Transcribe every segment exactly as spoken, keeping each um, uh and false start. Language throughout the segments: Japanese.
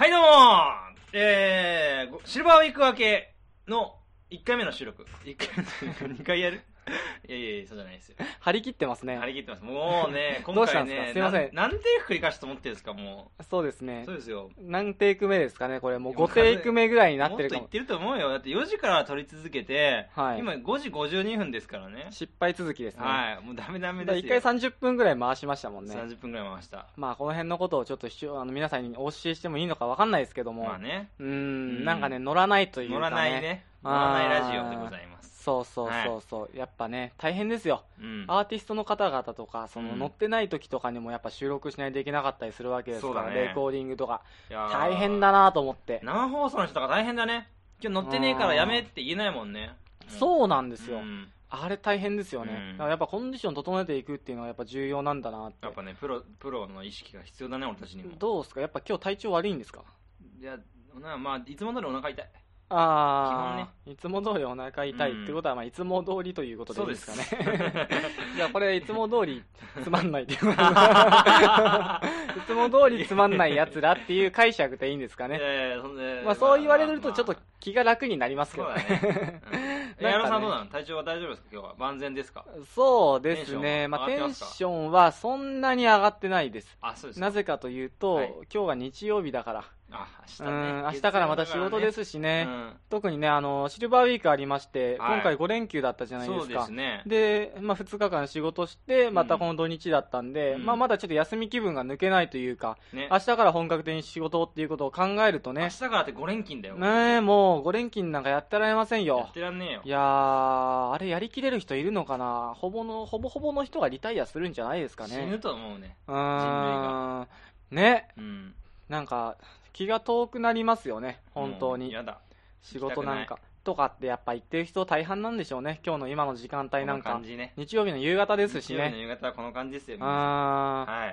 はいどうもーえー、シルバーウィーク明けのいっかいめの収録。いっかいめ、にかいやるいやいやいや、そうじゃないですよ。 張り切ってますね。 張り切ってます。もうね、今どうした回ね、 んですかすいませんな何テイク繰り返すと思ってるんですか、もそうですねう。そうですよ。 何テイク目ですかねこれもうごテイク目ぐらいになってるかも。 もっと言ってると思うよ。だってよじから撮り続けて、 はい今ごじごじゅうにふんですからね。 失敗続きですね。 はい、もうダメダメですよ。 いっかいさんじゅっぷんぐらい回しましたもんね。 さんじゅっぷんぐらい回した。 まあこの辺のことをちょっとあの皆さんにお教えしてもいいのかわかんないですけども、 まあね。 うーんなんかね乗らないというかね。 乗らないね。乗らないラジオでございます。 そうそうそうそう、はい、やっぱね大変ですよ、 うん、 アーティストの方々とかその、 うん、 乗ってない時とかにもやっぱ収録しないといけなかったりするわけですから、ね、レコーディングとか大変だなと思って。 生放送の人とか大変だね。今日乗ってねえからやめって言えないもんね。 そうなんですよ、 うん、 あれ大変ですよね、 うん、 だからやっぱコンディション整えていくっていうのはやっぱ重要なんだなって。 やっぱねプロプロの意識が必要だね俺たちにも。 どうですかやっぱ今日体調悪いんですか。 いやまあいつも通りお腹痛い。 あ基本ね、 いつも通りお腹痛いってことは、まあいつも通りということでいいですかね。じゃあこれいつも通りつまんないっていういつも通りつまんないやつらっていう解釈でいいんですかね。 えー、そんでまあそう言われるとちょっと気が楽になりますけどね。 そうだね。矢野さんどうなの？体調は大丈夫ですか今日は？万全ですか？ そうですね。まあテンションはそんなに上がってないです。 あ、そうです。 なぜかというと、はい、今日が日曜日だから。 あ、明日ね、 うん明日からまた仕事ですしね、 うん、 特にねあのシルバーウィークありまして、はい、今回ご連休だったじゃないですか。 そうですね。 で、まあ、ふつかかん仕事してまたこの土日だったんで、うん、まあ、まだちょっと休み気分が抜けないというか、ね、明日から本格的に仕事っていうことを考えるとね、 明日からってご連勤だよね。もうご連勤なんかやってられませんよ。 やってらんねえよ。 いやーあれやりきれる人いるのかな。ほぼのほぼほぼの人がリタイアするんじゃないですかね。 死ぬと思うね、 うーん人類がね、 うん、 なんか気が遠くなりますよね本当に。 やだ仕事なんかとかってやっぱ言ってる人大半なんでしょうね。今日の今の時間帯なんか、 この感じね、 日曜日の夕方ですしね。 日曜日の夕方はこの感じですよ。 あー、はい、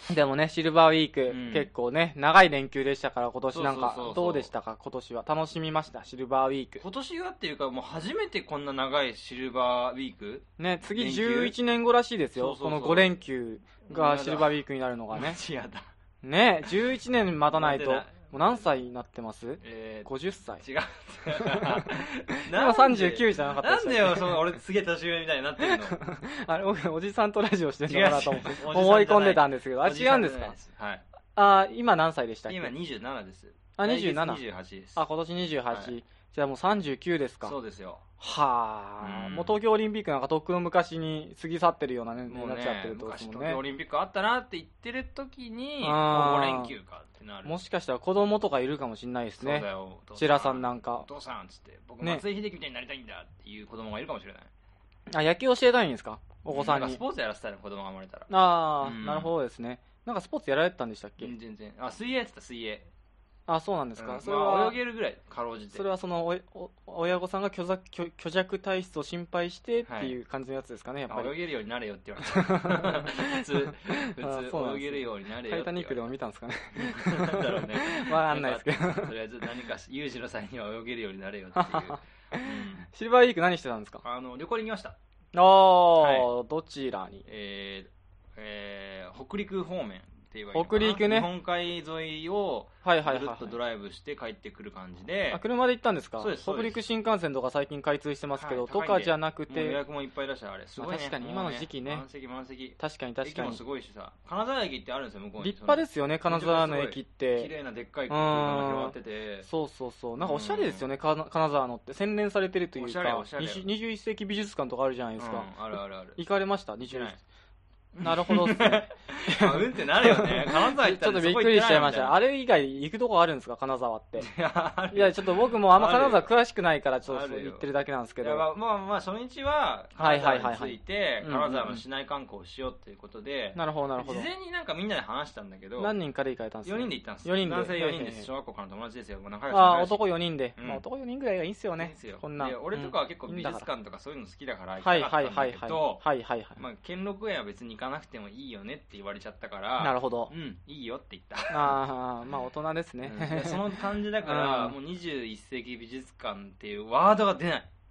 でもねシルバーウィーク、うん、結構ね長い連休でしたから今年なんかそうそうそうそうどうでしたか。今年は楽しみましたシルバーウィーク。 今年はっていうかもう初めてこんな長いシルバーウィークね。次じゅういちねんごらしいですよ。そうそうそう、このご連休がシルバーウィークになるのがね。 やだねじゅういちねん待たないと。もう何歳になってます？えー、ごじゅっさい。 違う。 今さんじゅうきゅうじゃなかったでしたっけ？なんでよ、その俺すげえ年上みたいになってるの。 あれ、僕おじさんとラジオしてるのかなと思い込んでたんですけど、あれ違うんですか？ はい。 あ、今何歳でしたっけ？ 今にじゅうななです。 あ、にじゅうなな。 にじゅうはちです。 あ、今年にじゅうはち。はい、じゃあもうさんじゅうきゅうですか？ そうですよ。 はあ、もう東京オリンピックなんかとっくの昔に過ぎ去ってるようなね、 もうね、 なっちゃってるとですもんね。 昔東京オリンピックあったなって言ってる時に、ご連休かってなる。 もしかしたら子供とかいるかもしれないですね。 そうだよ。 チラさんなんか。 お父さんっつって、僕松井秀喜みたいになりたいんだっていう子供がいるかもしれない。 あ、野球教えたいんですか？お子さんに。 なんかスポーツやらせたら子供が生まれたら。 ああ、うん、なるほどですね。なんかスポーツやられてたんでしたっけ？ 全然。あ、水泳やってた、水泳。 あ、そうなんですか。 うん、それは、まあ、泳げるぐらいかろうじて。 それはそのおお親御さんが虚弱虚弱体質を心配してっていう感じのやつですかね、はい、やっぱり。 泳げるようになれよって言われた。普通普通泳げるようになれよって。 タイタニックでも見たんですかね。 なんだろうね。 わかんないですけど。 とりあえず何か有事の際には泳げるようになれよっていう。うん、 シルバーウィーク何してたんですか？ あの旅行に行きました。 ああ、はい、どちらに？ えーえー、北陸方面。 北陸ね、 日本海沿いをぐるっとドライブして帰ってくる感じで。 あ、車で行ったんですか？ そうです。 北陸新幹線とか最近開通してますけど、はい、とかじゃなくて、 もう予約もいっぱい出したあれすごいね。 まあ、確かに今の時期ね、 満席満席。 確かに確かに。 駅もすごいしさ、金沢駅ってあるんですよ向こうに。 立派ですよね金沢の駅って。 綺麗なでっかい空間が広がってて。 そうそうそう、なんかおしゃれですよね、金沢のって洗練されてるというか。 おしゃれおしゃれ。 にじゅういっ世紀美術館とかあるじゃないですか。 うん、あるあるある。 行かれました？にじゅういっ世紀。なるほどっすね。 あ、うんってなるよね。金沢行ったらちょっとびっくりしちゃいました。あれ以外行くとこあるんですか金沢って。いや、ちょっと僕もあんま金沢詳しくないからちょっと言ってるだけなんですけど。 まあまあまあ、初日は金沢について金沢の市内観光をしようっていうことで。 なるほどなるほど。 事前になんかみんなで話したんだけど。 何人かで行かれたんですか？ よにんで行ったんです。 よにんで。 男性よにんです。小学校からの友達ですよ。仲良し。 あ、男よにんで。まあ男よにんぐらいがいいんすよね。 こんな。俺とかは結構美術館とかそういうの好きだから行きたかったんだけど。 はいはいはい。 まあ兼六園は別に行かなくてもいいよねって言われちゃったから。 なるほど。 うん、いいよって言った。 ああ、まあ大人ですね。 その感じだから、もうにじゅういっ世紀美術館っていうワードが出ない。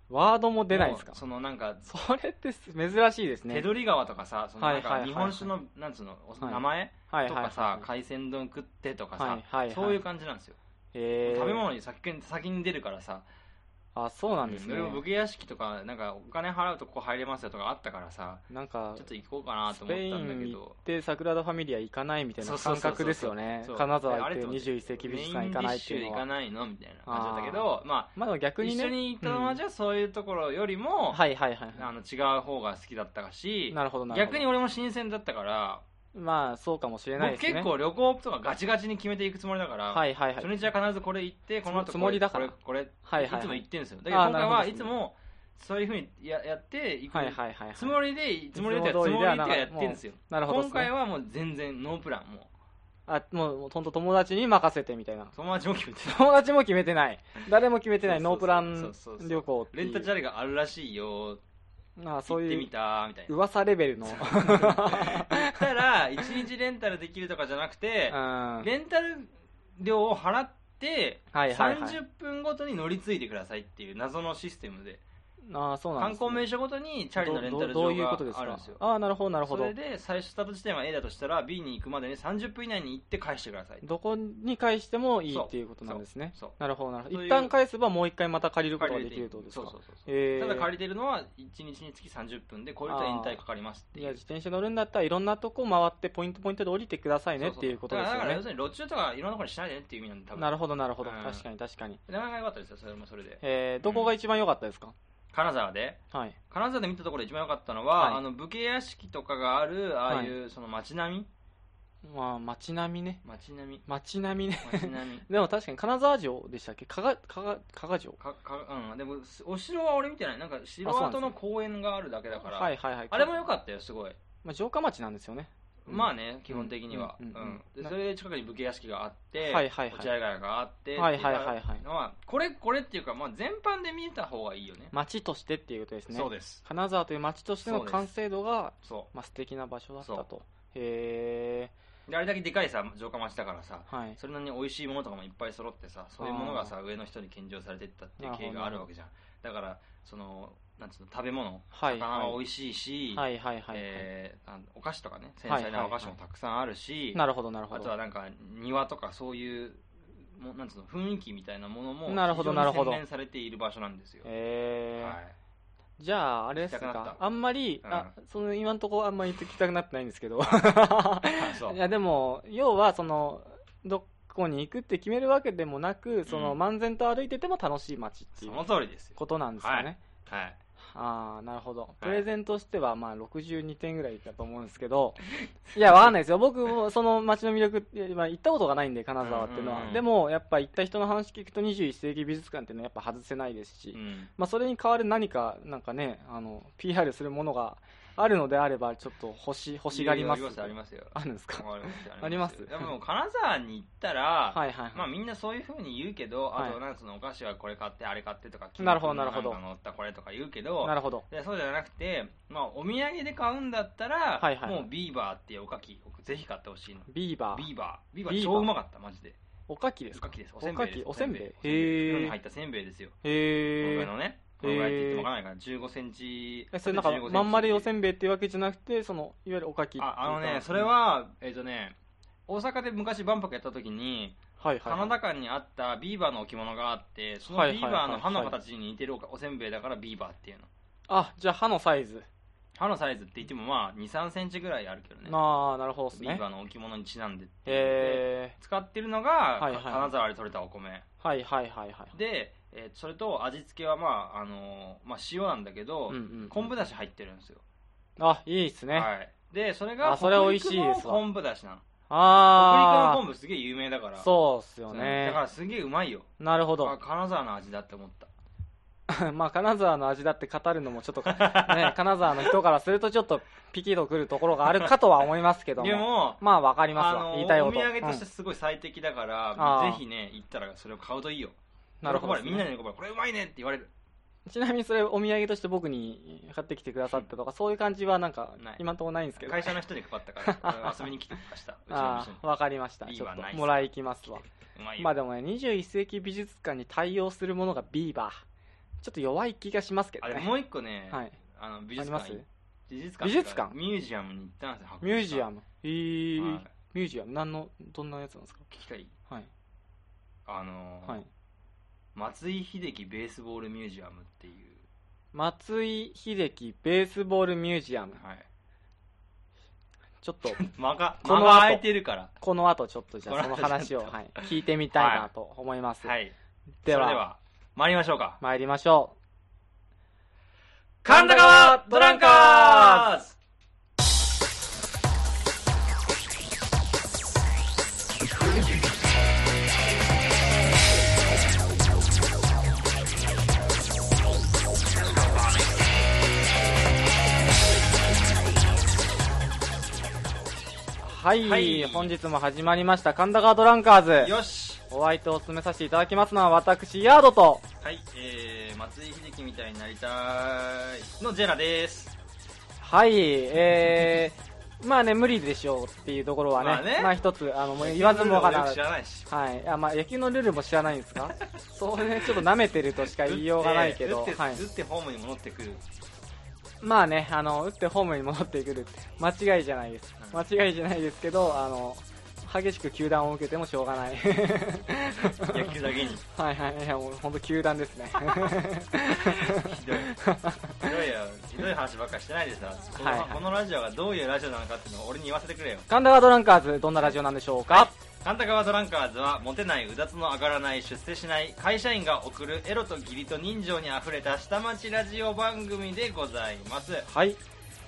ワードも出ないですか？ そのなんかそれって珍しいですね。 手取川とかさ、そのなんか日本酒のなんつうの名前とかさ、海鮮丼食ってとかさ、そういう感じなんですよ。食べ物に先に先に出るからさ。 あ、そうなんですね。 武家屋敷とかなんかお金払うとここ入れますよとかあったからさ、なんかちょっと行こうかなと思ったんだけど、スペイン行ってサグラダ・ファミリア行かないみたいな感覚ですよね。金沢行ってにじゅういっ世紀美術館行かないっていうのは。 メインディッシュ行かないのみたいな感じだったけど、まあ、 まあ逆にね、 一緒に行った友達はそういうところよりも、 はいはいはい、 あの違う方が好きだったし、 なるほどなるほど。 逆に俺も新鮮だったから。 まあそうかもしれないですね。 僕結構旅行とかガチガチに決めていくつもりだから、 はいはいはい、 初日は必ずこれ行ってこの後これこれこれ、はいはいはい、いつも行ってるんですよ。だけど今回はいつもそういうふうに や, やっていくつもりでつもりでつもりでやってるんですよ。なるほど、ね、今回はもう全然ノープラン。もうあもう本当友達に任せてみたいな。 友達も決めてない。 友達も決めてない。誰も決めてないノープラン旅行。 レンタチャリがあるらしいよ。 ああそういう行ってみたみたいな噂レベルの行ったらいちにちレンタルできるとかじゃなくて、レンタル料を払ってさんじゅっぷんごとに乗り継いでくださいっていう謎のシステムで、 あそうなんですね、 観光名所ごとにチャリのレンタル場があるんですよ。 ああなるほどなるほど。 それで最初スタート地点は A だとしたら B に行くまでにさんじゅっぷん以内に行って返してください。 どこに返してもいいっていうことなんですね。なるほどなるほど。一旦返せばもう一回また借りることができるってことですか。そうそうそうそう、えー、 ただ借りてるのはいちにちにつきさんじゅっぷんでこういった延滞かかりますっていう。 いや自転車乗るんだったらいろんなとこ回ってポイントポイントで降りてくださいねっていうことですよね。 だから要するに路中とかいろんなところにしないでねっていう意味なんで多分。 なるほどなるほど、うん、確かに確かに。 なかなか良かったですよそれもそれで。 えー、どこが一番良かったですか？ 金沢で、はい、金沢で見たところで一番良かったのは、はい、あの武家屋敷とかがあるああいう、はい、その街並み、 まあ街並みね。 街並み。 街並みね。 街並み。 でも確かに金沢城でしたっけ？加賀加賀加賀城。 かかうん。でもお城は俺見てない。なんか城跡の公園があるだけだから。 はいはいはい。 あれも良かったよすごい。 まあ城下町なんですよね。 まあね基本的には。うん。うんうんうん、でそれで近くに武家屋敷があって、 はいはいはい、 落合川があって、 はいはいはいはい。 まあこれこれっていうかまあ全般で見た方がいいよね。 町としてっていうことですね。 そうです。 金沢という町としての完成度がまあ素敵な場所だったと。へえ。 であれだけでかいさ城下町だからさ、はい、それなりに美味しいものとかもいっぱい揃ってさ、そういうものがさ上の人に献上されていったっていう経緯があるわけじゃん。だからそのなんつうの食べ物、はい、魚は美味しいし、はいはいはい、えー、お菓子とかね繊細なお菓子もたくさんあるし、はいはいはい、 なるほどなるほど。 あとはなんか庭とかそういうもなんつうの雰囲気みたいなものも非常に洗練されている場所なんですよ。 へー、はい。じゃああれですか、あんまり、うん、あその今のところあんまり行きたくなってないんですけどいやでも要はそのどこに行くって決めるわけでもなく、その漫然と歩いてても楽しい街っていうことなんですかね。 はい、はい、 ああなるほど。プレゼンとしてはまあろくじゅうにてんぐらいだと思うんですけど、いやわかんないですよ。僕もその街の魅力、まあ、行ったことがないんで金沢っていうのは、うんうんうん、でもやっぱ行った人の話聞くとにじゅういっ世紀美術館っていうのはやっぱ外せないですし、うん、まあそれに代わる何かなんかねあの ピーアール するものがあるのであればちょっと欲し欲しがります。 ありますよ。 あるんですか？あります。 でも金沢に行ったら、はいはいはい、まあみんなそういう風に言うけど、はい、あとなんそのお菓子はこれ買ってあれ買ってとか、 なるほどなるほど。 乗ったこれとか言うけど、 なるほど。 でそうじゃなくて、まあお土産で買うんだったら、はいはい、もうビーバーっていうおかきぜひ買ってほしいの。 ビーバー。 ビーバー。ビーバー超うまかったマジで。 おかきですか？ おかきです。おせんべいです。 おせんべい。へえ。袋に入ったせんべいですよ。 へえ。 このぐらいのね。このぐらいって言ってもわからないからじゅうごセンチ。 えそれなんかまん丸いおせんべいっていうわけじゃなくて、そのいわゆるおかき。 ああのねそれはえっとね大阪で昔万博やった時に。はいはいはい、カナダ館にあったビーバーの置物があって、そのビーバーの歯の形に似てるおせんべいだからビーバーっていうの。 あ、じゃあ歯のサイズ。 歯のサイズって言ってもまあにさんセンチぐらいあるけどね。 ああなるほどですね。 ビーバーの置物にちなんでってへー。 使ってるのが、はいはい、金沢で採れたお米。 はいはいはいはい。 で、えー、それと味付けはまああのー、まあ塩なんだけど、うんうん、昆布だし入ってるんですよ。 あ、いいっすね。 はい。でそれが北陸の昆布だしなの。 あ北陸の昆布すげえ有名だから。 そうっすよね。 だからすげえうまいよ。 なるほど。 金沢の味だって思った。 まあ金沢の味だって語るのもちょっとね金沢の人からするとちょっとピキッとくるところがあるかとは思いますけども。 でもまあわかりますわ。言いたいこと。 お土産としてすごい最適だから、うん、ぜひね行ったらそれを買うといいよ。 なるほど、ね。 みんなにこれうまいねって言われる。 ちなみにそれお土産として僕に買ってきてくださったとかそういう感じはなんか今のところないんですけど、 会社の人に配ったから遊びに来てくださった。 ああわかりました。ちょっともらいきますわ。まあでもねにじゅういっ世紀美術館に対応するものがビーバーちょっと弱い気がしますけどね。 あれもう一個ね、 はい、 あの美術館、美術館美術館ミュージアムに行ったんですよ。 ミュージアム、えーはい、ミュージアム何のどんなやつなんですか？ 聞きたい。 はい、 あのーはい、 松井秀喜ベースボールミュージアムっていう。 松井秀喜ベースボールミュージアム、はい、ちょっと間が間が空いてるからこの後ちょっとじゃあその話を、はい、聞いてみたいなと思います、 はい、 ではそれでは参りましょうか。 参りましょう。 神田川ドランカーズ。 はい、はい、本日も始まりました神田川ドランカーズ。 よし。 お相手を務めさせていただきますのは私ヤードと、 はい、えー、松井秀喜みたいになりたいのジェラです。 はい、えー、まあね無理でしょうっていうところはね、まあ、ねまあ一つあのもう言わずもがな、 知らないし、 はい、あまあ野球のルールも知らないんですか？そうね、ちょっと舐めてるとしか言いようがないけど、 打って、 はい、 打ってホームに戻ってくる。 まあね、あの打ってホームに戻ってくるって間違いじゃないです。間違いじゃないですけど、あの激しく球団を受けてもしょうがない。 野球だけに。 はいはい、いやもう本当球団ですね。 ひどい。ひどいよ。ひどい話ばっかりしてないでさ、はいはい、このラジオがどういうラジオなのかっていうのを俺に言わせてくれよ。 神田川ドランカーズ、どんなラジオなんでしょうか？はい、 神田川ドランカーズはモテない、うだつの上がらない、出世しない会社員が送るエロと義理と人情にあふれた下町ラジオ番組でございます。 はい。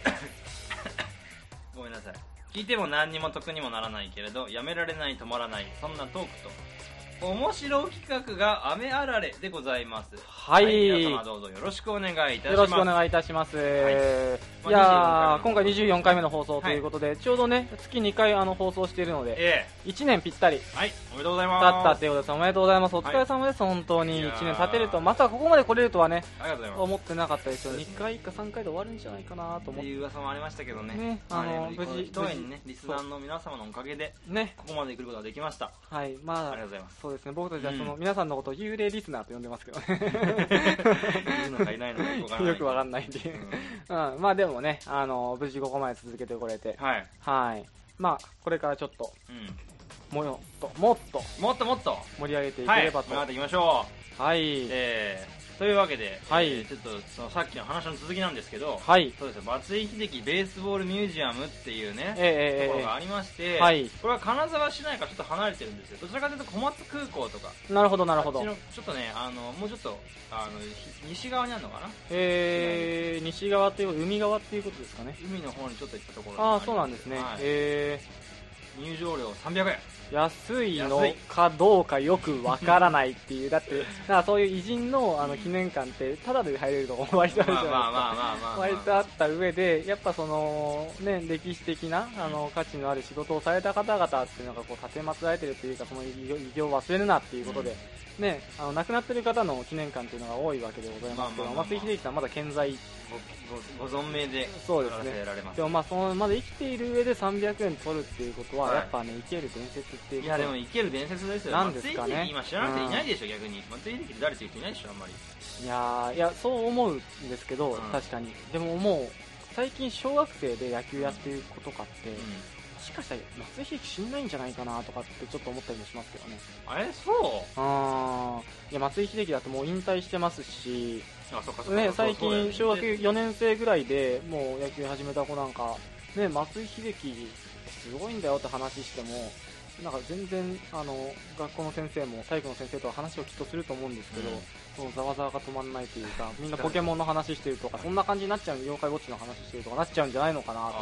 ごめんなさい。聞いても何にも得にもならないけれどやめられない、止まらない、そんなトークと面白企画が雨あられでございます。 はい、はい、 皆様どうぞよろしくお願いいたします。 よろしくお願いいたします。はい、いやー今回にじゅうよんかいめの放送ということで、はい、ちょうどね月にかいあの放送しているので、ええ、いちねんぴったり、 はい、おめでとうございます。 経ったっていうことです。おめでとうございます。お疲れ様です、はい、本当にいちねん経てるとまさかここまで来れるとはね、 ありがとうございます。 思ってなかったですよ。にかいかさんかいで終わるんじゃないかなと思って、 いう噂もありましたけどね。 ね、あの無事一重にねリスナーの皆様のおかげでねここまで来ることができました。 はい、まあありがとうございます。 そうですね、僕たちはその、うん、皆さんのことを幽霊リスナーと呼んでますけどね。 いるのかいないのかよくわかんないんで、うんうん、まあでもね、あの無事ここまで続けてこれて、 はい、 はい、まあこれからちょっと、うん、もっともっともっともっと盛り上げていければと、 はい、盛り上げていきましょう。はい、 えーというわけで、 はい、 えー、ちょっとそのさっきの話の続きなんですけど、 はい、 そうですよ、松井秀喜ベースボールミュージアムっていうね、 えー、 ところがありまして、 はい、 これは金沢市内からちょっと離れてるんですよ。どちらかというと小松空港とか、 なるほどなるほど、 ちょっとね、あのもうちょっとあの西側にあるのかな、 えー、西側っていう海側っていうことですかね。 海の方にちょっと行ったところにああ、そうなんですね、はい、えー、入場料さんびゃくえん、 安いのかどうかよくわからないっていう、だって、だからそういう偉人のあの記念館って、ただで入れるところ割とあるじゃないですか、割とあった上で、やっぱその、ね、歴史的なあの価値のある仕事をされた方々っていうのがこう立てまつられてるというか、その偉業を忘れるなっていうことで、ね、あの亡くなってる方の記念館っていうのが多いわけでございますけど、松井秀喜さんまだ健在、 ご, ご, ご存命でそうですね。でもまあそのまだ生きている上でさんびゃくえん取るっていうことは、はい、やっぱね生ける伝説っていうこと。 いやでも生ける伝説ですよ。 なんですかね。 松井秀喜今知らない人いないでしょ、うん、逆に。松井秀喜って誰っていう人いないでしょあんまり。 いやいやそう思うんですけど、うん、確かに。でももう最近小学生で野球やってる子とかって。うん、もしかしたら松井秀喜死んないんじゃないかなとかってちょっと思ったりもしますけどね。 あれそうあいや松井秀喜だってもう引退してますし、 あそっかそっか、 ね、最近小学よねん生ぐらいでもう野球始めた子なんか、ね、松井秀喜すごいんだよって話してもなんか全然あの学校の先生も体育の先生とは話をきっとすると思うんですけど、うん、そのざわざわが止まらないというか、みんなポケモンの話してるとかそんな感じになっちゃう、妖怪ウォッチの話してるとかなっちゃうんじゃないのかなと思って、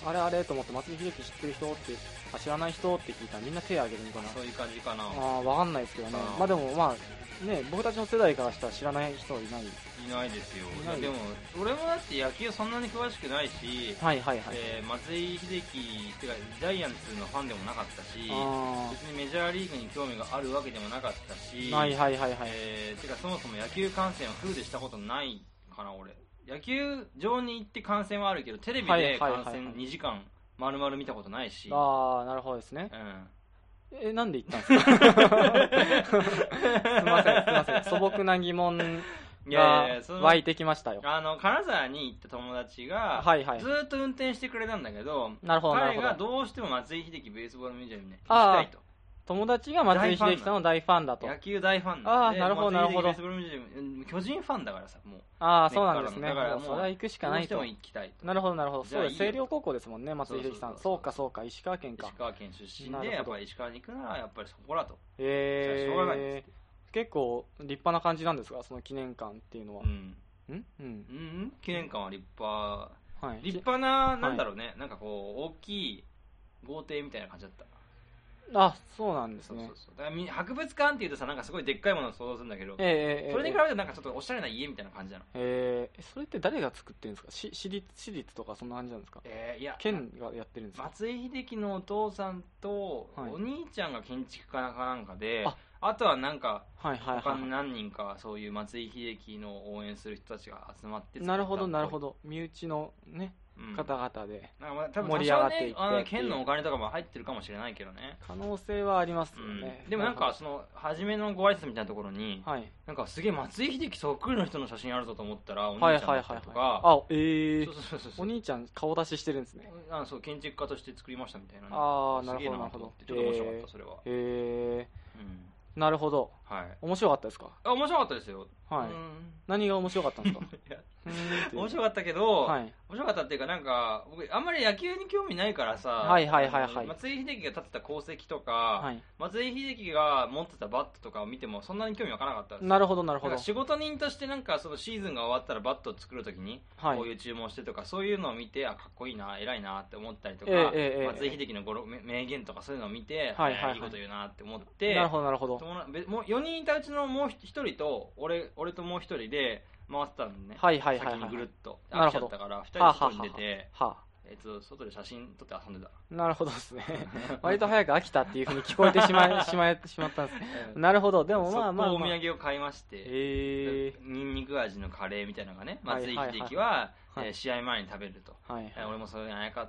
あれあれと思って松井秀喜知ってる人ってあ知らない人って聞いたらみんな手を挙げるのかな。 そういう感じかな。 あわかんないですけどね。まあでもまあね、僕たちの世代からしたら知らない人はいない。 いないですよ。いないでも俺もだって野球そんなに詳しくないし、 はいはいはい、 えー、松井秀喜ってかジャイアンツのファンでもなかったし、別にメジャーリーグに興味があるわけでもなかったし、 はいはいはいはい、 えー、てかそもそも野球観戦をフルでしたことないかな俺。野球場に行って観戦はあるけどテレビで観戦にじかん丸々見たことないし。 ああなるほどですね。 うん。 え、なんで言ったんですか？すみません、すみません。素朴な疑問が湧いてきましたよ。 あの金沢に行った友達が、 はいはい、 ずっと運転してくれたんだけど、 なるほど彼がどうしても松井秀喜ベースボールミュージアムに、ね、行きたいと。 友達が松井秀喜さんの大ファンだと。 野球大ファンだ。ああ、なるほどなるほど。 巨人ファンだからさ、もう。 ああ、そうなんですね。だからもうそれは行くしかないと。 どうしても行きたいと。 なるほどなるほど。そうです。星稜高校ですもんね、松井秀喜さん。そうかそうか、石川県か。 石川県出身で、やっぱり石川に行くならやっぱりそこらと。 ええ。 しょうがないです。 結構立派な感じなんですが、その記念館っていうのは。うん。 うんうん。記念館は立派。はい。立派な、なんだろうね、なんかこう大きい豪邸みたいな感じだった。 あ、そうなんですね。 そうそうそう。だから博物館っていうとさ、なんかすごいでっかいものを想像するんだけど、 えー、 それに比べてなんかちょっとおしゃれな家みたいな感じなの。 えー、それって誰が作ってるんですか？し私立私立とかそんな感じなんですか？ えー、いや、 県がやってるんですか？ 松井秀喜のお父さんと、はい、お兄ちゃんが建築家かなんかで、あ, あとはなんか、はいはいはい、他に何人かそういう松井秀喜の応援する人たちが集まって、 なるほどなるほど、身内のね、方々で盛り上がっていって、 あの県のお金とかも入ってるかもしれないけどね、 可能性はありますよね、 うん、でもなんかその初めのご挨拶みたいなところに、はい、なんかすげえ松井秀喜そっくりの人の写真あるぞと思ったらお兄ちゃんだったりとか、 あ、ええ、お兄ちゃん顔出ししてるんですね。 あ、そう、建築家として作りましたみたいな、ね、 ああ、なるほどなるほど、 ちょっと面白かった、それは。 へえー、うん、なるほど、はい、面白かったですか？ あ、面白かったですよ。 はい、何が面白かったんですか？ 面白かったけど、はい、面白かったっていうか、なんか僕あんまり野球に興味ないからさ、はいはいはいはい、松井秀喜が立ってた功績とか、はい、松井秀喜が持ってたバットとかを見てもそんなに興味わからなかったんですよ。 なるほどなるほど。 仕事人としてなんかそのシーズンが終わったらバットを作るときにこういう注文してとか、はい、そういうのを見て、あ、かっこいいな、偉いなって思ったりとか、えーえー、松井秀喜のごろ名言とかそういうのを見て、はいはいはい、いいこと言うなって思って、 なるほどなるほど。 もうよにんいたうちのもうひとりと 俺, 俺ともうひとりで回ってたんでね、 はいはいはいはい、 先にぐるっと飽きちゃったからふたりで外に出て、はあはあ、えー、と外で写真撮って遊んでた。 なるほどですね割と早く飽きたっていうふうに聞こえてしまいしまいしまったんです、なるほど。でもまあまあ、まあ、 お土産を買いまして、えー、ニンニク味のカレーみたいなのがね、松井秀喜は、はい、えー、試合前に食べると、はいはい、俺もそれにあやかって、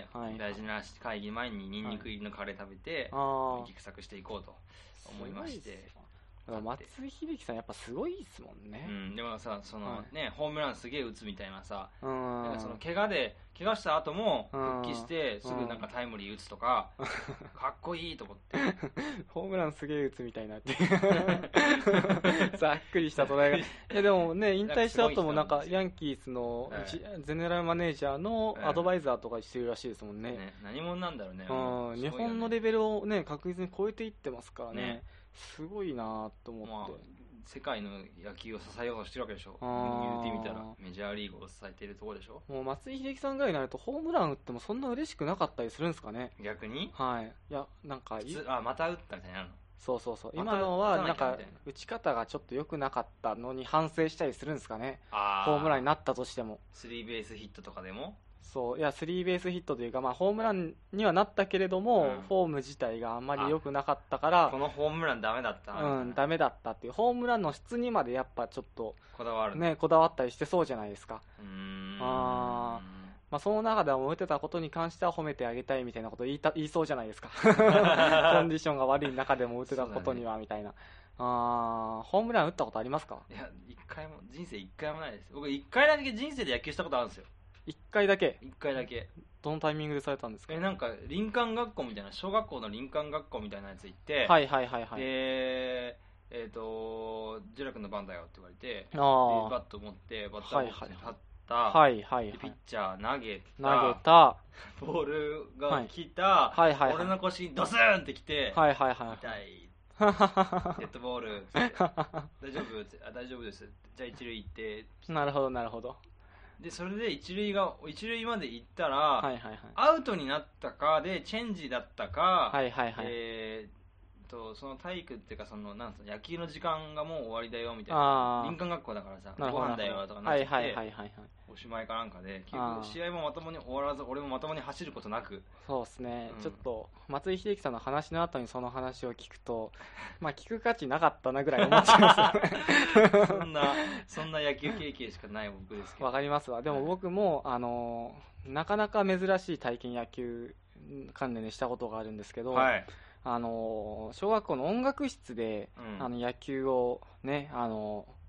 はい、大事な会議前にニンニク入りのカレー食べて、はい、ギクサクしていこうと思いまして。 松井秀喜さんやっぱすごいですもんね、 うん、でもさ、その、はい、ね、ホームランすげえ打つみたいなさ、うん、なんかその怪我で怪我した後も復帰してすぐなんかタイムリー打つとか、うん、かっこいいと思ってホームランすげえ打つみたいなってざっくりした捉えがいやでもね、引退した後もなんかヤンキースの、はい、ゼネラルマネージャーのアドバイザーとかしてるらしいですもんね、ね、 何者なんだろうね、 うん、日本のレベルをね確実に超えていってますからね、ね、すごいなと思って、まあ、 世界の野球を支えようとしてるわけでしょ。言ってみたらメジャーリーグを支えているところでしょ。 もう松井秀喜さんぐらいになるとホームラン打ってもそんな嬉しくなかったりするんですかね、 逆に。 はい、いやなんか普通、あ、また打ったみたいなの。 そうそうそう、今のはなんか打ち方がちょっと良くなかったのに反省したりするんですかね、ホームランになったとしても。 スリーベースヒットとかでも。 そういやスリーベースヒットというか、まあ、ホームランにはなったけれども、うん、フォーム自体があんまり良くなかったから、 このホームランダメだったうん、ダメだったっていう、ホームランの質にまでやっぱちょっとこだわる、 ね、こだわったりしてそうじゃないですか。うーん、あ、まあ、その中でも打てたことに関しては褒めてあげたいみたいなこと言いた言いそうじゃないですかコンディションが悪い中でも打てたことにはみたいな、ね、あ、ホームラン打ったことありますか？ いや、一回も、人生一回もないです。僕一回だけ人生で野球したことあるんですよ。 一回だけ。 一回だけ。 どのタイミングでされたんですか？ え、なんか林間学校みたいな、小学校の林間学校みたいなやつ行って、 はいはいはいはい。 で、えっ、ー、とジュラ君の番だよって言われて、あ、バット持ってバッターボックスに立った、 はいはいはい、 ピッチャー投げた、投げた、 ボールが来た、はいはいはいはい、俺の腰にドスーンってきて、 はいはいはい、 痛い。デッドボール大丈夫？あ、大丈夫です。じゃあ一塁行って。 なるほどなるほど。 でそれで一塁が一塁まで行ったら、 はいはいはい、 アウトになったかでチェンジだったか、 はいはいはい、 えー、とその体育っていうかそのなんつうの野球の時間がもう終わりだよみたいな、林間学校だからさ、ご飯だよとかなってて、はいはいはいはい、おしまいかなんかで結局試合もまともに終わらず俺もまともに走ることなく。 そうですね、うん、ちょっと松井秀喜さんの話の後にその話を聞くとまあ聞く価値なかったなぐらい思っちゃいますよねそんなそんな野球経験しかない僕ですけど。 わかりますわ。でも僕も、はい、あのなかなか珍しい体験野球関連でしたことがあるんですけど、はい、あの小学校の音楽室で、うん、あの野球をね、あの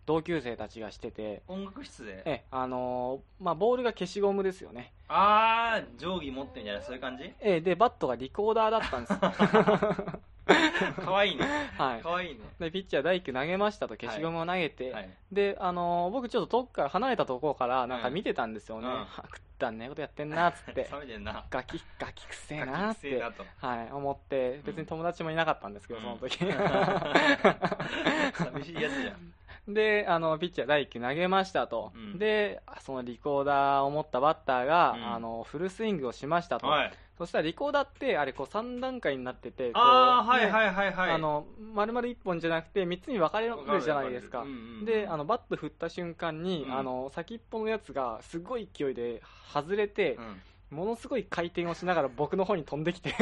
同級生たちがしてて、 音楽室でえあのー、まあボールが消しゴムですよね。 ああ定規持ってみたいなそういう感じ。 えでバットがリコーダーだったんですかわいいね。 はい。 かわいいね。 でピッチャー大工投げましたと消しゴムを投げて、 はいはい、 であのー、僕ちょっと遠くから離れたところからなんか見てたんですよね。うん、食ったんねえことやってんなっつって。 冷めてんな。 ガキガキくせえなって、はい、思って別に友達もいなかったんですけど、うん、その時。寂しいやつじゃん。 であのピッチャー大工投げましたと、うん、でそのリコーダーを持ったバッターが、うん、あのフルスイングをしましたと、はい、そしたらリコーダーってあれこうさん段階になってて、 ああはいはいはいはい、 あの丸々いっぽんじゃなくてみっつに分かれるじゃないですか。うんうん、であのバット振った瞬間に、うん、あの先っぽのやつがすごい勢いで外れて、うん、ものすごい回転をしながら僕の方に飛んできて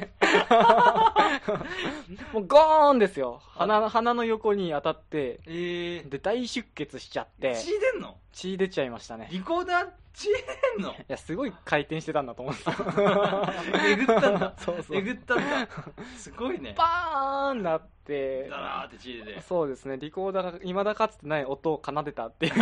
もうゴーンですよ。 鼻, 鼻の横に当たって、 えー、 で大出血しちゃって。 血出んの？ 血出ちゃいましたね。 リコーダー血出んの？いやすごい回転してたんだと思うんですよ。 えぐったんだ。 そうそう、 えぐったんだ。すごいね。 バーンなってダラーって血出て。 そうですね、リコーダーが未だかつてない音を奏でたっていう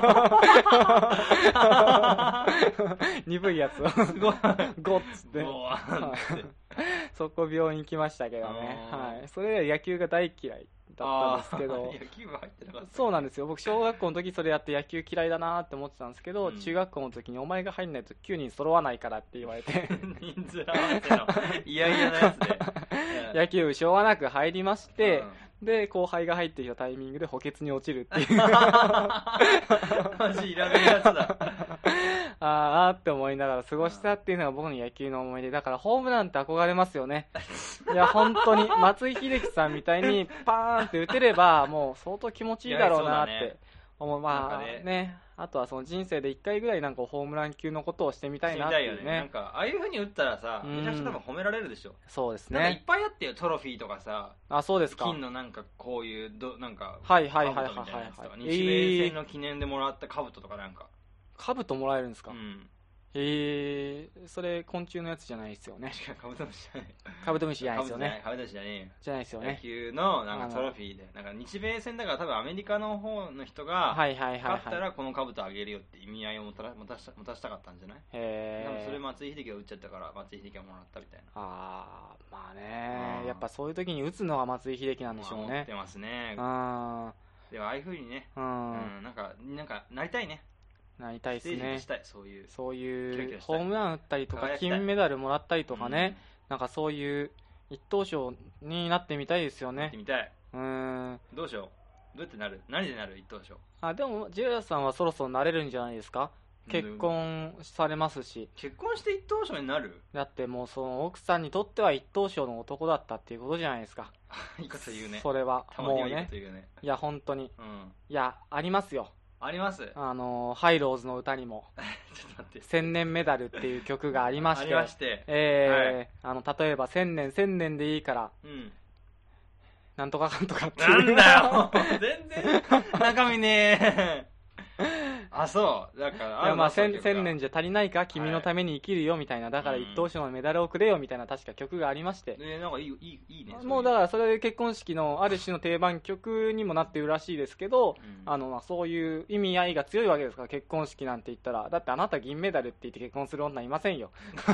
鈍いやつをすごいゴッつってゴワーンってそこ病院行きましたけどね、はい、それで野球が大嫌いだったんですけど、 野球部入ってなかった。 そうなんですよ。僕小学校の時それやって野球嫌いだなって思ってたんですけど、うん、中学校の時にお前が入んないときゅうにん揃わないからって言われて人数合わせのいやいやなやつで野球部しょうがなく入りまして、うん、で後輩が入ってきたタイミングで補欠に落ちるっていうマジいらないやつだあーって思いながら過ごしたっていうのが僕の野球の思い出だから、ホームランって憧れますよね。いや本当に松井秀喜さんみたいにパーンって打てればもう相当気持ちいいだろうなって思う。まあね、ね、あとはその人生でいっかいぐらいなんかホームラン級のことをしてみたいなっていうね。 ねなんかああいう風に打ったらさ、めちゃくちゃ多分褒められるでしょ。 そうですね。 なんかいっぱいあってよ、トロフィーとかさ。 あ、そうですか。 金のなんかこういうどなんかはいはいはいはいはい、 日米戦の記念でもらった兜とかなんか。 兜もらえるんですか。 うん。 へえー、それ昆虫のやつじゃないですよね。 違う、カブトムシじゃない。 カブトムシじゃないですよね。 カブトムシじゃねえよ。 じゃないですよね。 野球のなんかトロフィーで、なんか日米戦だから多分アメリカの方の人がはいはいはい、はい、 勝ったらこのカブトあげるよって意味合いを持たら持たした持たしたかったんじゃない？ へえ。 多分それ松井秀喜が打っちゃったから松井秀喜がもらったみたいな。 ああ、まあね、やっぱそういう時に打つのが松井秀喜なんでしょうね。 持ってますね。 ああ。でもああいう風にね、 うん、 うん、なんかなんかなりたいね。 なりたいですね。 したい、そういうそういうホームラン打ったりとか金メダルもらったりとかね、うん、なんかそういう一等賞になってみたいですよね。 なってみたい。 うーん。 どうしよう。どうやってなる？何でなる一等賞？ あ、でもジェラさんはそろそろなれるんじゃないですか。結婚されますし。 結婚して一等賞になる？ だってもうその奥さんにとっては一等賞の男だったっていうことじゃないですか。 いいこと言うね。 それはもうね。 いいこと言うね。 いや本当に、 うん、 いやありますよ。 あります。 あのハイローズの歌にもちょっと待って、千年メダルっていう曲がありまして、 ありまして、 えー、はい、あの例えば千年千年でいいから、 うん、 なんとかかんとかっていうなんだよ全然中身ねあ、そうだからいやまあ千年じゃ足りないか、君のために生きるよみたいな、だから一等賞のメダルをくれよみたいな確か曲がありまして、 えー、なんかいいいいいいね。 もうだからそれで結婚式のある種の定番曲にもなっているらしいですけど、うん、あのまあそういう意味合いが強いわけですから、結婚式なんて言ったら。だってあなた銀メダルって言って結婚する女いませんよ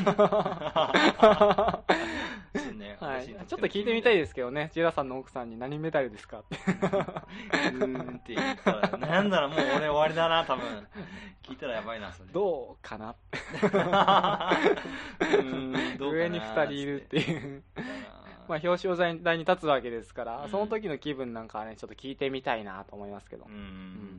ね、 はい、ちょっと聞いてみたいですけどね、ジェラさんの奥さんに何メダルですかってうーんって言ったら、なんだろう、もう俺終わりだな多分聞いたらやばいなそれ。 どうかなうーんどうかな上にふたりいるっていうまあ表彰台に立つわけですから、うん、その時の気分なんかはねちょっと聞いてみたいなと思いますけど。うん、うん、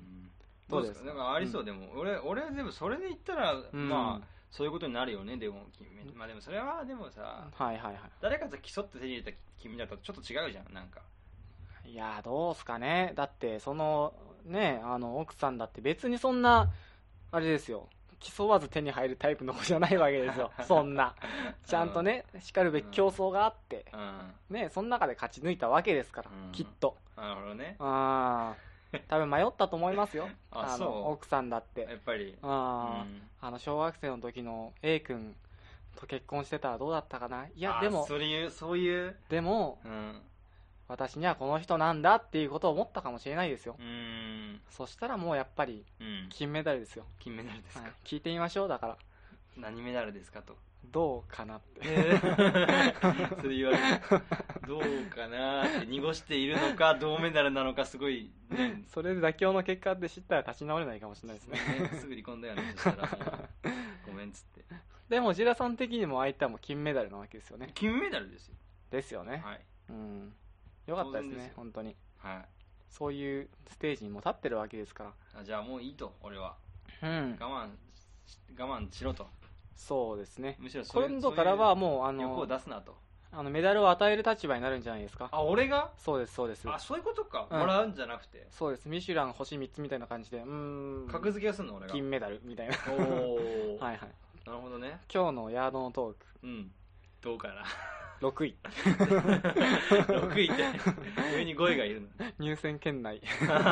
どうですか。なんかありそう、うん、でも俺俺でもそれで言ったら、うん、まあそういうことになるよね。でもまあでもそれはでもさ、 はいはいはい、 誰かと競って手に入れた君だとちょっと違うじゃんなんか。 いやどうすかね。だってそのね、あの奥さんだって別にそんなあれですよ、競わず手に入るタイプの子じゃないわけですよそんなちゃんとね、しかるべき競争があって、うん、ね、その中で勝ち抜いたわけですから、うん、きっと。 なるほどね。 あ多分迷ったと思いますよああの奥さんだってやっぱり。 あ、うん、あの小学生の時の A 君と結婚してたらどうだったかな。いやでもそういうそういうでも、うん、私にはこの人なんだっていうことを思ったかもしれないですよ。 うーん、 そしたらもうやっぱり金メダルですよ、 うん、金メダルですか、はい、 聞いてみましょう。だから何メダルですかと、 どうかなって、 えー、それ言われるどうかなって濁しているのか銅メダルなのかすごい、ね、 それで妥協の結果で知ったら立ち直れないかもしれないですねすぐ離婚だよねそしたらもうごめんっつって。 でもジラさん的にも相手はもう金メダルなわけですよね。 金メダルですよ。 ですよね、 はい、 うん、よかったですね本当に、 はい、 そういうステージにも立ってるわけですから。 あ、じゃあもういいと俺は、 うん、 我慢我慢しろと。 そうですね、 むしろそういう今度からはもうあの欲を出すなと、 あのメダルを与える立場になるんじゃないですか。 あ、俺が？ そうですそうです。 あ、そういうことか、うん、もらうんじゃなくて。 そうです、ミシュラン星みっつみたいな感じで、うーん、 格付けをするの俺が金メダルみたいなおおはいはい、 なるほどね。 今日のヤードのトーク、 うん、どうかなろくいろくいって上にごいがいるの入選圏内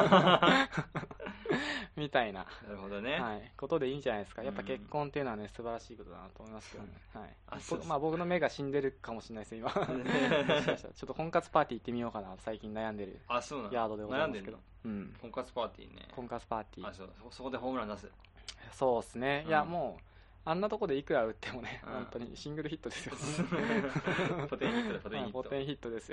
みたいな、 なるほどね、 はい、ことでいいんじゃないですか。やっぱ結婚っていうのはね素晴らしいことだなと思いますけどね、はい、 あ、そうです。 まあ、僕の目が死んでるかもしれないです今ちょっと婚活パーティー行ってみようかな最近悩んでるヤードでございますけど、 うん、婚活パーティーね。 婚活パーティー、 あ、そう、そこでホームラン出す。 そうですね、うん、いやもうあんなとこでいくら打ってもね、うん、本当にシングルヒットですよポテンヒットだ、ポテンヒット、 ポテンヒットですよ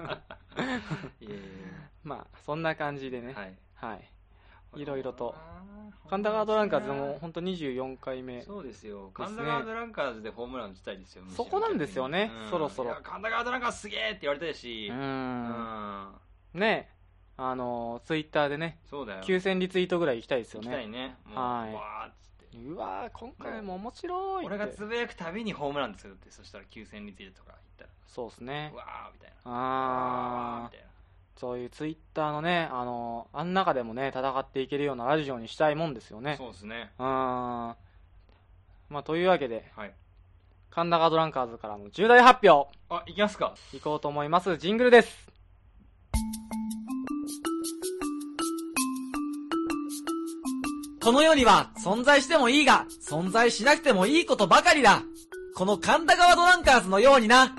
まあそんな感じでね、はい、はい、いろいろと神田川ドランカーズも本当にじゅうよんかいめ、 そうですよ、神田川ドランカーズでホームラン打ちたいですよ。 そこなんですよね、うん、そろそろ神田川ドランカーズすげえって言われたいし、うん、 うん、ねえ、あのツイッターでね、 そうだよ、 きゅうせんリツイートぐらい行きたいですよね。 行きたいね、もう、 はい、 わーっつって、 うわー今回も面白いって、 俺がつぶやくたびにホームランですよって、そしたらきゅうせんリツイートとか言ったら、 そうですね、 うわーみたいな、 あーみたいな、そういうツイッターのね、あのあん中でもね戦っていけるようなラジオにしたいもんですよね。 そうですね、 あー、まあというわけで、 はい、 神田川ドランカーズからの重大発表、 あ、いきますか、 いこうと思います。ジングルです。 この世には存在してもいいが、存在しなくてもいいことばかりだ。この神田川ドランカーズのようにな。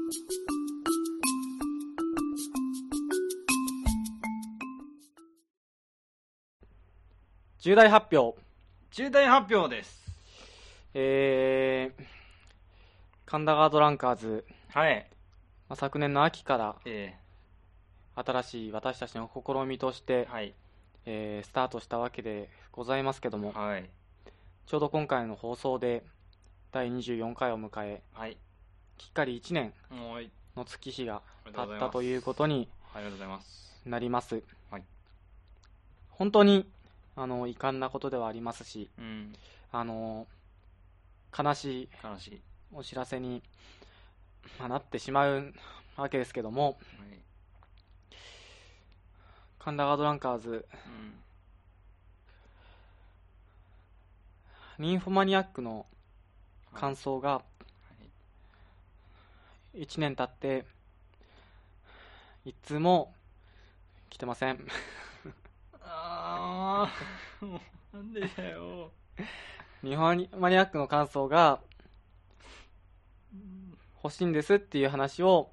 重大発表。 重大発表です。 えー、神田川ドランカーズ、 はい、 まあ、昨年の秋から、 えー、新しい私たちの試みとして、 はい、 えー、スタートしたわけでございますけども、 はい、 ちょうど今回の放送でだいにじゅうよんかいを迎え、 はい、 きっかりいちねんの月日が経ったということになります。 はい、 本当にあの遺憾なことではありますし、 うん、 あの悲しい悲しいお知らせに、まあ、なってしまうわけですけども、はい、神田川ドランカーズ、うん、ニンフォマニアックの感想がいちねん経っていつも来てませんああもうなんでだよ。 ニンフォマニアックの感想が欲しいんですっていう話を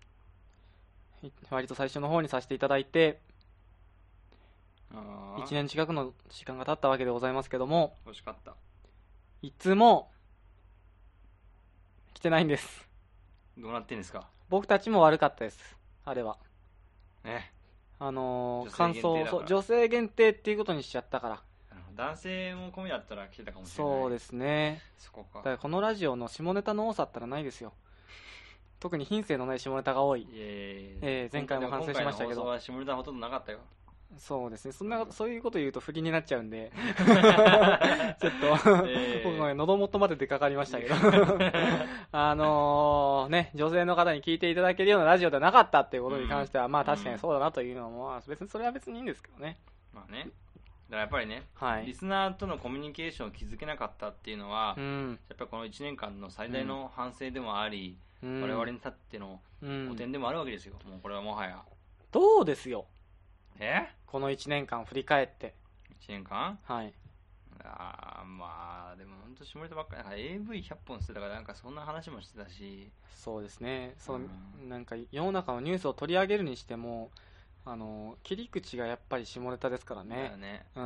割と最初の方にさせていただいて、 あいちねん近くの時間が経ったわけでございますけども、 欲しかった。 いつも来てないんです。 どうなってんですか。 僕たちも悪かったです、あれはね。 あのー、感想そう女性限定っていうことにしちゃったから、 男性も込みだったら来てたかもしれない。 そうですね。 そこか。 だからこのラジオの下ネタの多さったらないですよ。特に品性のない下ネタが多い。いええー、前回も反省しましたけど。 今回の放送は下ネタほとんどなかったよ。 そうですね。そんな、そういうこと言うと不利になっちゃうんでちょっと、えー、僕も喉元まで出かかりましたけどあのね、女性の方に聞いていただけるようなラジオではなかったっていうことに関しては、うん、まあ確かにそうだなというのも、別にそれは別にいいんですけどね。 まあね。だからやっぱりね、 はい、 リスナーとのコミュニケーションを築けなかったっていうのは、 うん、 やっぱりこのいちねんかんの最大の反省でもあり、うん、我々にとっての汚点でもあるわけですよ、うん、もうこれはもはや。 どうですよ。 えこのいちねんかん振り返って。 いちねんかん、 はい。 あまあでも本当下ネタばっかり、なんか エーブイひゃっぽんしてたから、なんかそんな話もしてたし。 そうですね。その、うん、なんか世の中のニュースを取り上げるにしても、 あの切り口がやっぱり下ネタですからね。 だよね。 うん。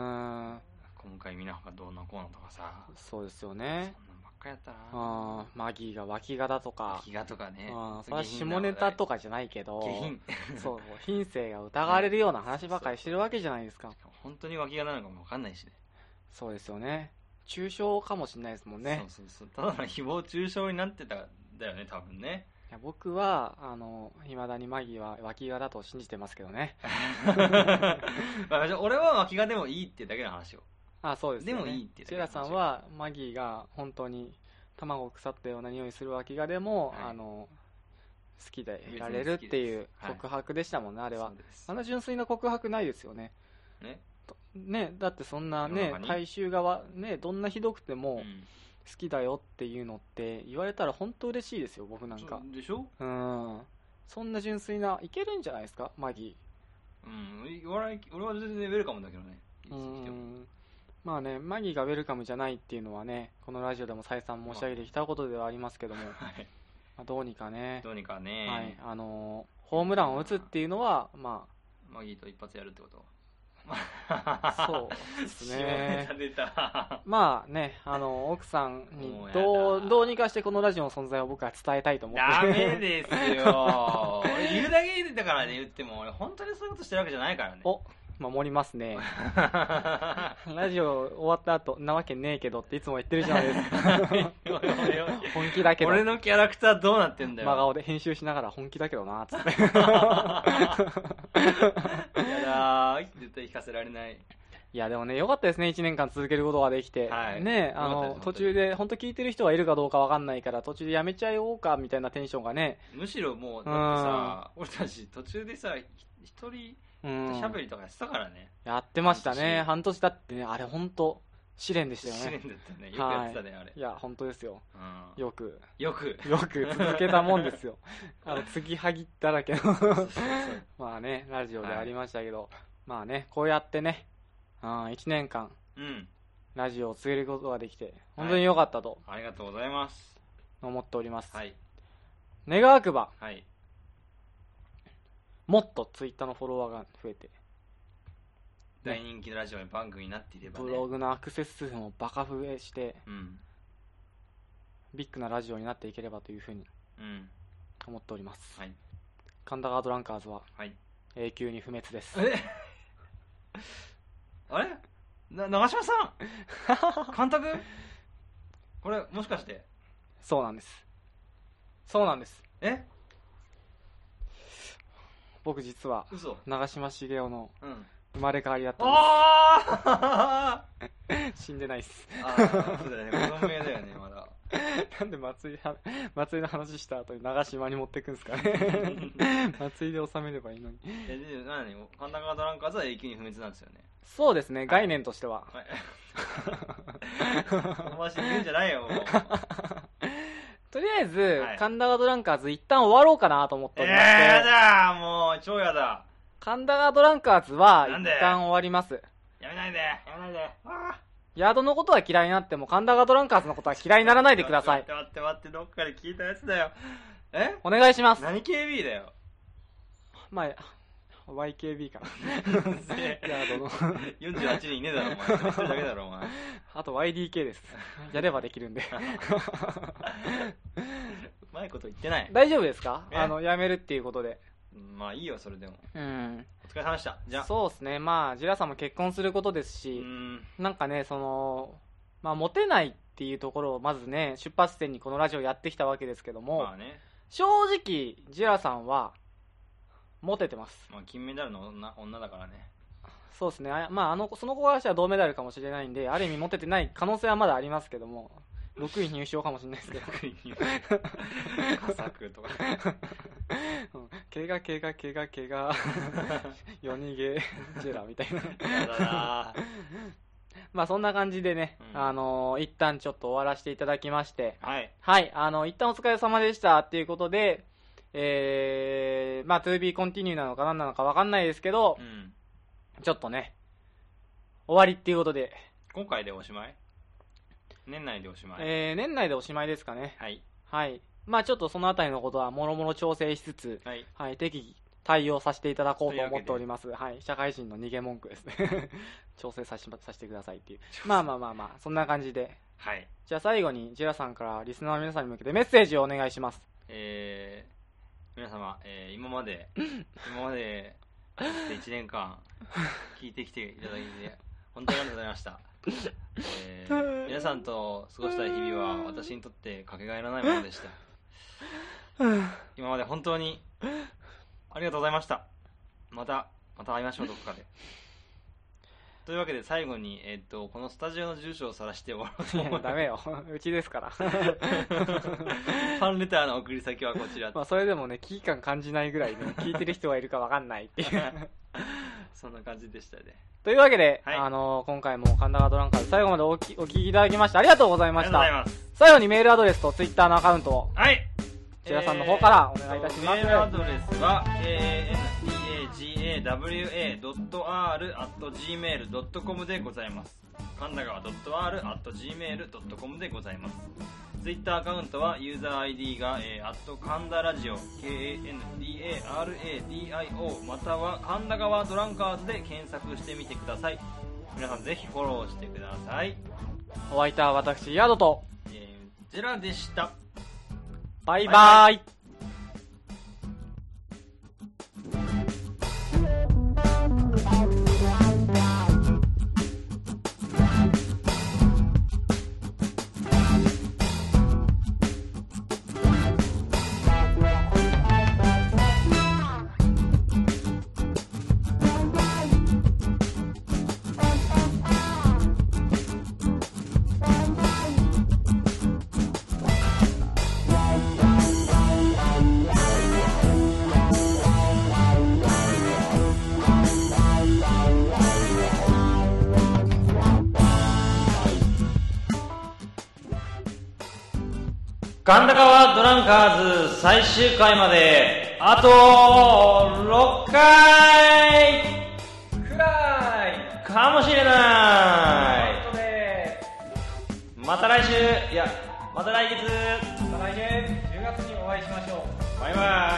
今回みなほがどうのこうのとかさ。 そうですよね。 そんなんばっかやったな。 あマギーが脇がだとか。 脇がとかね。 あそれは下ネタとかじゃないけど。 下品。 そう、品性が疑われるような話ばっかりしてるわけじゃないですか。 本当に脇がなのかもわかんないしね。 そうですよね。中傷かもしれないですもんね。 そうそうそう。ただの誹謗中傷になってたんだよね、多分ね。 いや僕はあの未だにマギーは脇がだと信じてますけどね。 まあ、俺は脇がでもいいっていうだけの話を。 あそうです、ね、 でもいいっていうだけの話。ジェラさんはマギーが本当に卵腐ったような匂いする脇がでも、はい、あの好きでいられるっていう告白でしたもんね、はい、あれは。あんな純粋な告白ないですよね。 ねね、だってそんなね大衆側ねどんなひどくても好きだよっていうのって言われたら本当嬉しいですよ僕なんか。 でしょ。 うん。そんな純粋ないけるんじゃないですかマギー。うん俺は全然ウェルカムだけどね。 うんまあねマギーがウェルカムじゃないっていうのはねこのラジオでも再三申し上げてきたことではありますけども、はいまあ、どうにかねどうにかね、 はいあのー、ホームランを打つっていうのはまあマギーと一発やるってこと。 そうですね。 出たまあね、あの奥さんにどうどうにかしてこのラジオの存在を僕は伝えたいと思ってダメですよ俺言うだけだからね言っても俺本当にそういうことしてるわけじゃないからね。 お守りますねラジオ終わった後なわけねえけどっていつも言ってるじゃないですか本気だけど俺のキャラクターどうなってんだよ。 真顔で編集しながら本気だけどなっつってやだー絶対聞かせられない。 いやでもね良かったですねいちねんかん続けることができて、はい、ねあの途中で本当聞いてる人がいるかどうかわかんないから途中でやめちゃおうかみたいなテンションがね。 むしろもうだってさ俺たち途中でさ一人しゃべりとかやってたからね。 やってましたね半年だってねあれ本当試練でしたよね。 試練だったねよくやってたね、はい、あれ。 いや本当ですよ、うん、よくよくよく続けたもんですよあの継ぎはぎだらけのまあねラジオでありましたけど、はい、まあねこうやってねいちねんかん、うん、ラジオを続けることができて本当に良かったと、 はい、ありがとうございます思っております、 はい、 願わくば、 はい、 もっとツイッターのフォロワーが増えて大人気のラジオ番組になっていればねブログのアクセス数もバカ増えして、 うん、 ビッグなラジオになっていければというふうに思っております、 はい、 神田川ドランカーズは永久に不滅です。えあれな長嶋さん監督これもしかしてそうなんですそうなんですえ僕実は嘘長嶋茂雄の生まれ変わりだったんです、うん、死んでないっすああそうだよね子供だよねまだなんで松井松井の話した後に長嶋に持ってくんですかね松井で収めればいいのに。 えで何神田川ドランカーズは永久に不滅なんですよね。 そうですね概念としては、 はい、おまし言うんじゃないよもうとりあえず、はい、神田川ドランカーズ一旦終わろうかなと思っておりまして。えー、 やだもう超やだ。 神田川ドランカーズは一旦終わります。 やめないでやめないで。あヤードのことは嫌いになっても神田川ドランカーズのことは嫌いにならないでください。 待って待って待ってどっかで聞いたやつだよ。えお願いします。 何 ケービー だよ。 まあ ワイケービー かなヤードのよんじゅうはちにんいねえだろお前。一人だけだろお前。 あと ワイディーケー です。やればできるんでうまいこと言ってない。 大丈夫ですかあのやめるっていうことで。 まあいいよそれでも。 うんお疲れ様でした。じゃあそうですねまあジラさんも結婚することですし、 うんなんかねそのまあモテないっていうところをまずね出発点にこのラジオやってきたわけですけども、 まあね、 正直ジラさんはモテてます。 まあ金メダルの 女, 女だからね。 そうですねまああのその子からしたら銅メダルかもしれないんである意味モテてない可能性はまだありますけどもろくい入賞かもしれないですけどろくい入賞佳作とか怪我怪我怪我怪我夜逃げジェラみたいなやだなまあそんな感じでね、うん、あのー、一旦ちょっと終わらせていただきましてはい、 はい、あの一旦お疲れ様でしたっていうことでえー、まあ トゥービー コンティニューなのか何なのか分かんないですけど、 うん、 ちょっとね終わりっていうことで今回でおしまい年内でおしまい、 えー、年内でおしまいですかね。 はい、 はい、まあちょっとそのあたりのことはもろもろ調整しつつ、 はいはい、適対応させていただこうと思っております。はい、社会人の逃げ文句ですね。調整させさせてくださいっていう。まあまあまあまあ、そんな感じで。 はい。 じゃあ最後にジェラさんからリスナーの皆さんに向けてメッセージをお願いします。 えー、皆様、えー、今まで今までいちねんかん聞いてきていただいて本当にありがとうございました。えー、皆さんと過ごした日々は私にとってかけがえのないものでした。今まで本当にありがとうございました。またまた会いましょう、どこかで。というわけで最後に、えー、とこのスタジオの住所を晒して終わろうと思います。 ダメよ、うちですから。ファンレターの送り先はこちら。 まあそれでもね、危機感感じないぐらいね、聞いてる人がいるか分かんないっていう。 そんな感じでしたね。 というわけで、はい、あのー、今回も神田川ドランカーズ最後までおきお聞きいただきましてありがとうございました。 ありがとうございます。 最後にメールアドレスとツイッターのアカウントを、 はい、 千田さんの方からお願いいたします。 メールアドレスは ケーエヌディーエージーエーダブリューエードットアールアットジーメールドットコム でございます。神田川 .r アット ジーメールドットコム でございます。ツイッターアカウントはユーザー アイディー が、えー、アット神田ラジオ ケーエーエヌディーエーアールエーディーアイオー または神田川ドランカーズで検索してみてください。皆さんぜひフォローしてください。 お相手は私ヤドと、 えー、ジェラでした。 バイバーイ。 神田川ドランカーズ最終回まであとろっかいくらいかもしれない。また来週、いやまた来月、 また来週じゅうがつにお会いしましょう。 バイバイ。